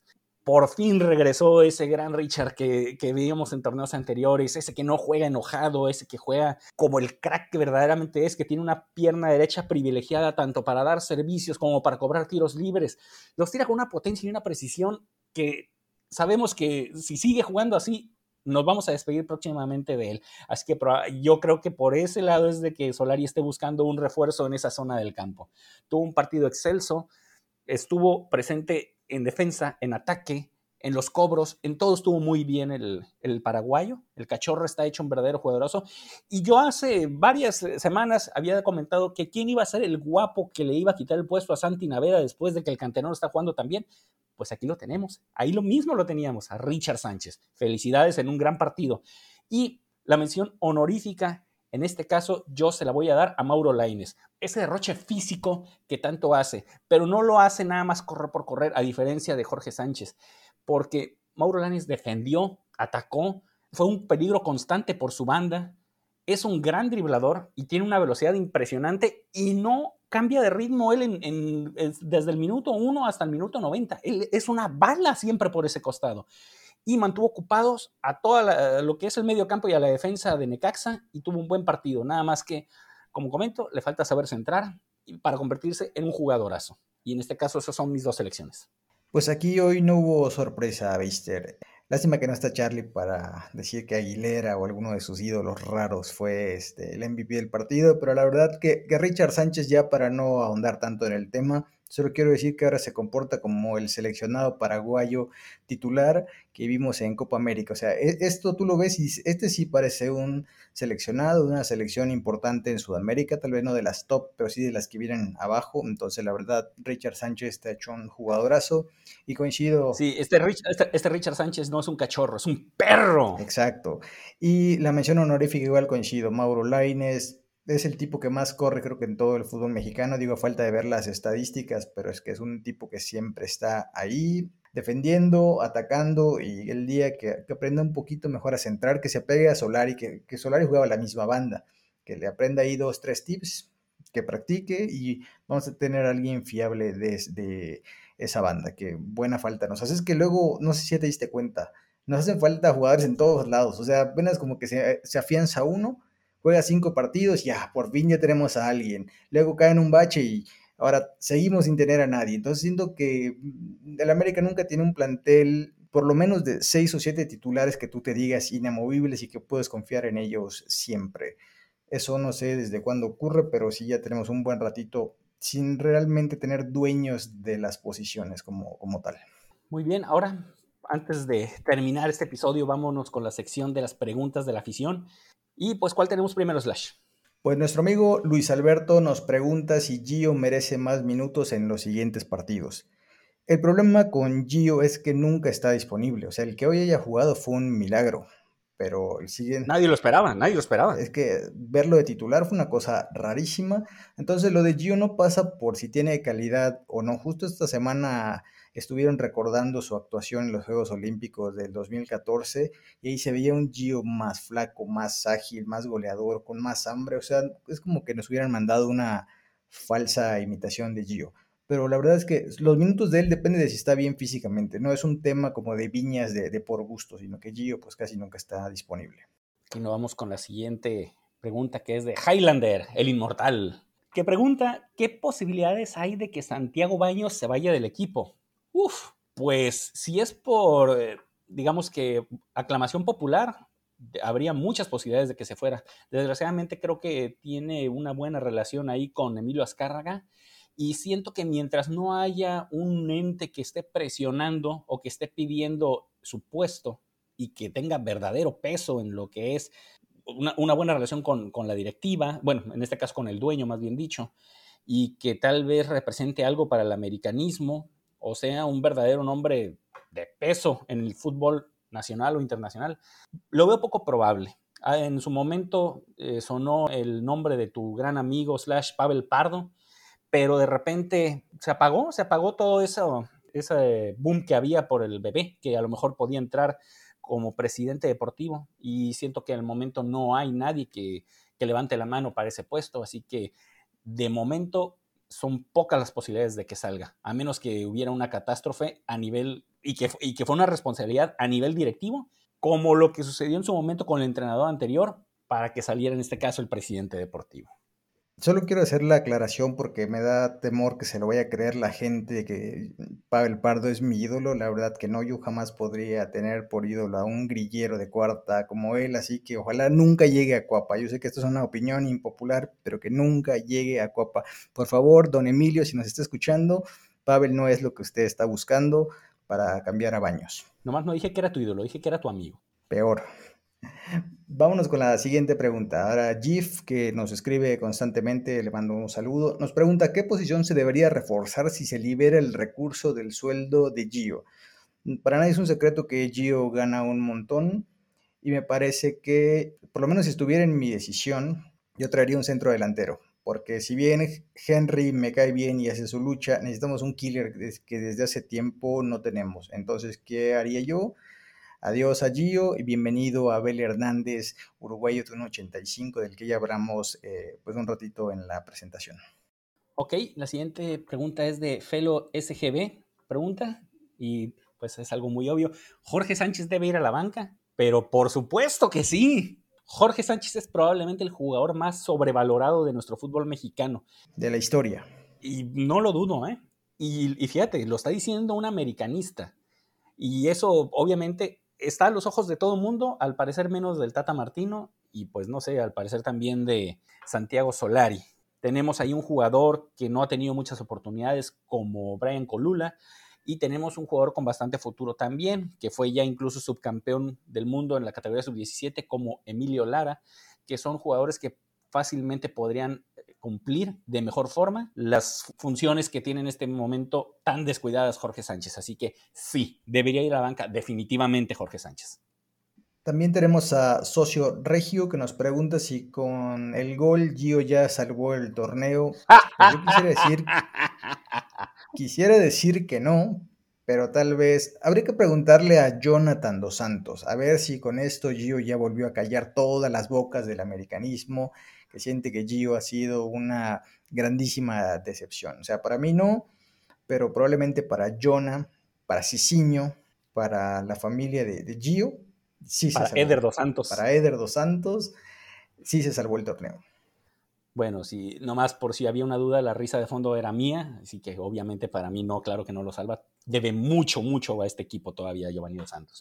Por fin regresó ese gran Richard que, que veíamos en torneos anteriores, ese que no juega enojado, ese que juega como el crack que verdaderamente es, que tiene una pierna derecha privilegiada tanto para dar servicios como para cobrar tiros libres. Los tira con una potencia y una precisión que sabemos que si sigue jugando así, nos vamos a despedir próximamente de él. Así que yo creo que por ese lado es de que Solari esté buscando un refuerzo en esa zona del campo. Tuvo un partido excelso, estuvo presente en defensa, en ataque, en los cobros, en todo estuvo muy bien el, el paraguayo. El cachorro está hecho un verdadero jugadorazo. Y yo hace varias semanas había comentado que quién iba a ser el guapo que le iba a quitar el puesto a Santi Naveda después de que el canterano está jugando tan bien. Pues aquí lo tenemos. Ahí lo mismo lo teníamos, a Richard Sánchez. Felicidades en un gran partido. Y la mención honorífica, en este caso, yo se la voy a dar a Mauro Lainez. Ese derroche físico que tanto hace, pero no lo hace nada más correr por correr, a diferencia de Jorge Sánchez, porque Mauro Lainez defendió, atacó, fue un peligro constante por su banda, es un gran driblador y tiene una velocidad impresionante y no cambia de ritmo él en, en, desde el minuto uno hasta el minuto noventa. Él es una bala siempre por ese costado. Y mantuvo ocupados a todo lo que es el medio campo y a la defensa de Necaxa y tuvo un buen partido. Nada más que, como comento, le falta saber centrar para convertirse en un jugadorazo. Y en este caso, esas son mis dos selecciones. Pues aquí hoy no hubo sorpresa, Beister. Lástima que no está Charlie para decir que Aguilera o alguno de sus ídolos raros fue este, el M V P del partido, pero la verdad que, que Richard Sánchez, ya para no ahondar tanto en el tema, solo quiero decir que ahora se comporta como el seleccionado paraguayo titular que vimos en Copa América. O sea, esto tú lo ves y este sí parece un seleccionado de una selección importante en Sudamérica, tal vez no de las top, pero sí de las que vienen abajo. Entonces, la verdad, Richard Sánchez está hecho un jugadorazo y coincido. Sí, este, Rich, este, este Richard Sánchez no es un cachorro, es un perro. Exacto. Y la mención honorífica igual coincido, Mauro Lainez. Es el tipo que más corre, creo que en todo el fútbol mexicano. Digo, a falta de ver las estadísticas, pero es que es un tipo que siempre está ahí, defendiendo, atacando, y el día que, que aprenda un poquito mejor a centrar, que se apegue a Solari, que, que Solari jugaba la misma banda, que le aprenda ahí dos, tres tips, que practique, y vamos a tener a alguien fiable desde esa banda, que buena falta nos hace. Es que luego, no sé si ya te diste cuenta, nos hacen falta jugadores en todos lados, o sea, apenas como que se, se afianza uno, juega cinco partidos, ya, por fin ya tenemos a alguien. Luego cae en un bache y ahora seguimos sin tener a nadie. Entonces siento que el América nunca tiene un plantel, por lo menos de seis o siete titulares que tú te digas inamovibles y que puedes confiar en ellos siempre. Eso no sé desde cuándo ocurre, pero sí ya tenemos un buen ratito sin realmente tener dueños de las posiciones como, como tal. Muy bien, ahora, antes de terminar este episodio, vámonos con la sección de las preguntas de la afición. Y pues, ¿cuál tenemos primero, Slash? Pues nuestro amigo Luis Alberto nos pregunta si Gio merece más minutos en los siguientes partidos. El problema con Gio es que nunca está disponible. O sea, el que hoy haya jugado fue un milagro, pero el siguiente... Nadie lo esperaba, nadie lo esperaba. Es que verlo de titular fue una cosa rarísima. Entonces lo de Gio no pasa por si tiene calidad o no. Justo esta semana estuvieron recordando su actuación en los Juegos Olímpicos del dos mil catorce y ahí se veía un Gio más flaco, más ágil, más goleador, con más hambre. O sea, es como que nos hubieran mandado una falsa imitación de Gio. Pero la verdad es que los minutos de él depende de si está bien físicamente. No es un tema como de Viñas de, de por gusto, sino que Gio pues casi nunca está disponible. Y nos vamos con la siguiente pregunta, que es de Highlander, el inmortal, que pregunta, ¿qué posibilidades hay de que Santiago Baños se vaya del equipo? Uf, pues si es por, digamos que, aclamación popular, habría muchas posibilidades de que se fuera. Desgraciadamente creo que tiene una buena relación ahí con Emilio Azcárraga, y siento que mientras no haya un ente que esté presionando o que esté pidiendo su puesto y que tenga verdadero peso en lo que es una, una buena relación con, con la directiva, bueno, en este caso con el dueño más bien dicho, y que tal vez represente algo para el americanismo, o sea, un verdadero nombre de peso en el fútbol nacional o internacional, lo veo poco probable. En su momento eh, sonó el nombre de tu gran amigo slash Pavel Pardo, pero de repente se apagó, se apagó todo eso, ese boom que había por el bebé, que a lo mejor podía entrar como presidente deportivo, y siento que al momento no hay nadie que, que levante la mano para ese puesto, así que de momento son pocas las posibilidades de que salga, a menos que hubiera una catástrofe a nivel y que, y que fue una responsabilidad a nivel directivo, como lo que sucedió en su momento con el entrenador anterior, para que saliera en este caso el presidente deportivo. Solo quiero hacer la aclaración porque me da temor que se lo vaya a creer la gente que Pavel Pardo es mi ídolo. La verdad que no, yo jamás podría tener por ídolo a un grillero de cuarta como él, así que ojalá nunca llegue a Cuapa. Yo sé que esto es una opinión impopular, pero que nunca llegue a Cuapa. Por favor, don Emilio, si nos está escuchando, Pavel no es lo que usted está buscando para cambiar a Baños. Nomás no dije que era tu ídolo, dije que era tu amigo. Peor. Vámonos con la siguiente pregunta. Ahora Gif, que nos escribe constantemente, le mando un saludo, nos pregunta ¿qué posición se debería reforzar si se libera el recurso del sueldo de Gio? Para nadie es un secreto que Gio gana un montón y me parece que, por lo menos si estuviera en mi decisión, yo traería un centro delantero, porque si bien Henry me cae bien y hace su lucha, necesitamos un killer que desde hace tiempo no tenemos. Entonces, ¿qué haría yo? Adiós a Gio y bienvenido a Abel Hernández, uruguayo de uno ochenta y cinco, del que ya hablamos eh, pues un ratito en la presentación. Ok, la siguiente pregunta es de Felo S G B, pregunta, y pues es algo muy obvio. ¿Jorge Sánchez debe ir a la banca? Pero por supuesto que sí. Jorge Sánchez es probablemente el jugador más sobrevalorado de nuestro fútbol mexicano. De la historia. Y no lo dudo, ¿eh? Y, y fíjate, lo está diciendo un americanista. Y eso obviamente está a los ojos de todo el mundo, al parecer menos del Tata Martino y pues no sé, al parecer también de Santiago Solari. Tenemos ahí un jugador que no ha tenido muchas oportunidades como Brian Colula y tenemos un jugador con bastante futuro también, que fue ya incluso subcampeón del mundo en la categoría sub diecisiete como Emilio Lara, que son jugadores que fácilmente podrían cumplir de mejor forma las funciones que tiene en este momento tan descuidadas Jorge Sánchez. Así que sí, debería ir a la banca definitivamente Jorge Sánchez. También tenemos a Socio Regio que nos pregunta si con el gol Gio ya salvó el torneo. Pues yo quisiera decir, quisiera decir que no, pero tal vez habría que preguntarle a Jonathan Dos Santos, a ver si con esto Gio ya volvió a callar todas las bocas del americanismo, que siente que Gio ha sido una grandísima decepción. O sea, para mí no, pero probablemente para Jonah, para Cicinho, para la familia de, de Gio, sí se para salvó. Eder Dos Santos. Para Eder Dos Santos, sí se salvó el torneo. Bueno, si nomás por si había una duda, la risa de fondo era mía, así que obviamente para mí no, claro que no lo salva. Debe mucho, mucho a este equipo todavía Giovanni Dos Santos.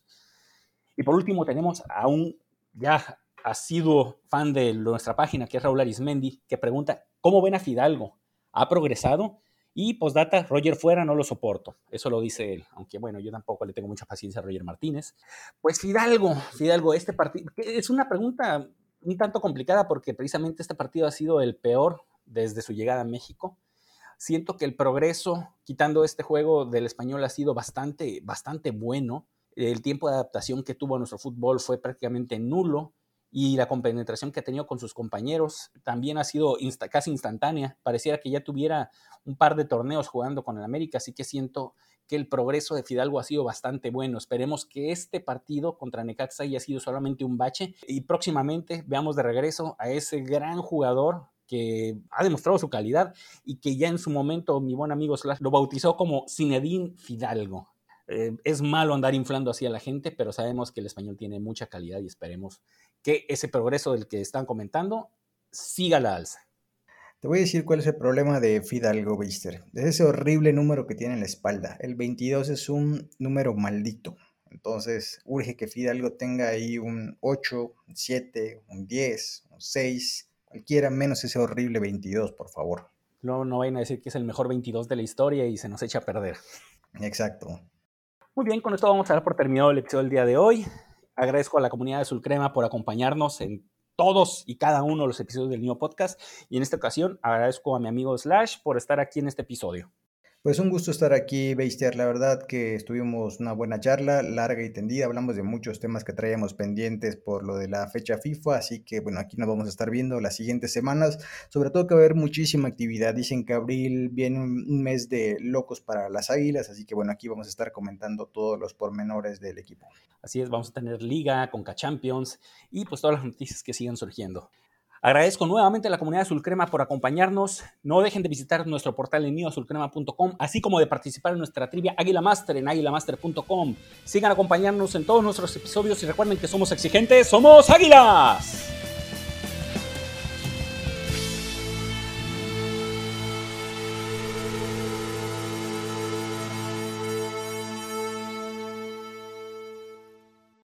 Y por último tenemos a un ya asiduo fan de nuestra página, que es Raúl Arismendi, que pregunta, ¿cómo ven a Fidalgo? ¿Ha progresado? Y postdata, Roger fuera, no lo soporto. Eso lo dice él, aunque bueno, yo tampoco le tengo mucha paciencia a Roger Martínez. Pues Fidalgo, Fidalgo, este partido, es una pregunta un tanto complicada porque precisamente este partido ha sido el peor desde su llegada a México. Siento que el progreso, quitando este juego del Español, ha sido bastante, bastante bueno. El tiempo de adaptación que tuvo a nuestro fútbol fue prácticamente nulo y la compenetración que ha tenido con sus compañeros también ha sido insta- casi instantánea. Pareciera que ya tuviera un par de torneos jugando con el América, así que siento que el progreso de Fidalgo ha sido bastante bueno. Esperemos que este partido contra Necaxa haya sido solamente un bache y próximamente veamos de regreso a ese gran jugador que ha demostrado su calidad y que ya en su momento mi buen amigo Slash lo bautizó como Zinedine Fidalgo. Eh, es malo andar inflando así a la gente, pero sabemos que el español tiene mucha calidad y esperemos que ese progreso del que están comentando siga a la alza. Te voy a decir cuál es el problema de Fidalgo, Beister. Es ese horrible número que tiene en la espalda. El veintidós es un número maldito. Entonces, urge que Fidalgo tenga ahí un ocho, un siete, un diez, un seis, cualquiera menos ese horrible veintidós, por favor. No, no vayan a decir que es el mejor veintidós de la historia y se nos echa a perder. Exacto. Muy bien, con esto vamos a dar por terminado el episodio del día de hoy. Agradezco a la comunidad de Sulcrema por acompañarnos en todos y cada uno de los episodios del Neo Podcast. Y en esta ocasión agradezco a mi amigo Slash por estar aquí en este episodio. Pues un gusto estar aquí, Beister. La verdad que estuvimos una buena charla, larga y tendida. Hablamos de muchos temas que traíamos pendientes por lo de la fecha FIFA. Así que, bueno, aquí nos vamos a estar viendo las siguientes semanas. Sobre todo que va a haber muchísima actividad. Dicen que abril viene un mes de locos para las Águilas. Así que, bueno, aquí vamos a estar comentando todos los pormenores del equipo. Así es, vamos a tener Liga, Conca Champions y pues todas las noticias que sigan surgiendo. Agradezco nuevamente a la comunidad Azul Crema por acompañarnos. No dejen de visitar nuestro portal en nido azul crema punto com, así como de participar en nuestra trivia Águila Master en águila master punto com. Sigan acompañándonos en todos nuestros episodios y recuerden que somos exigentes, ¡somos águilas!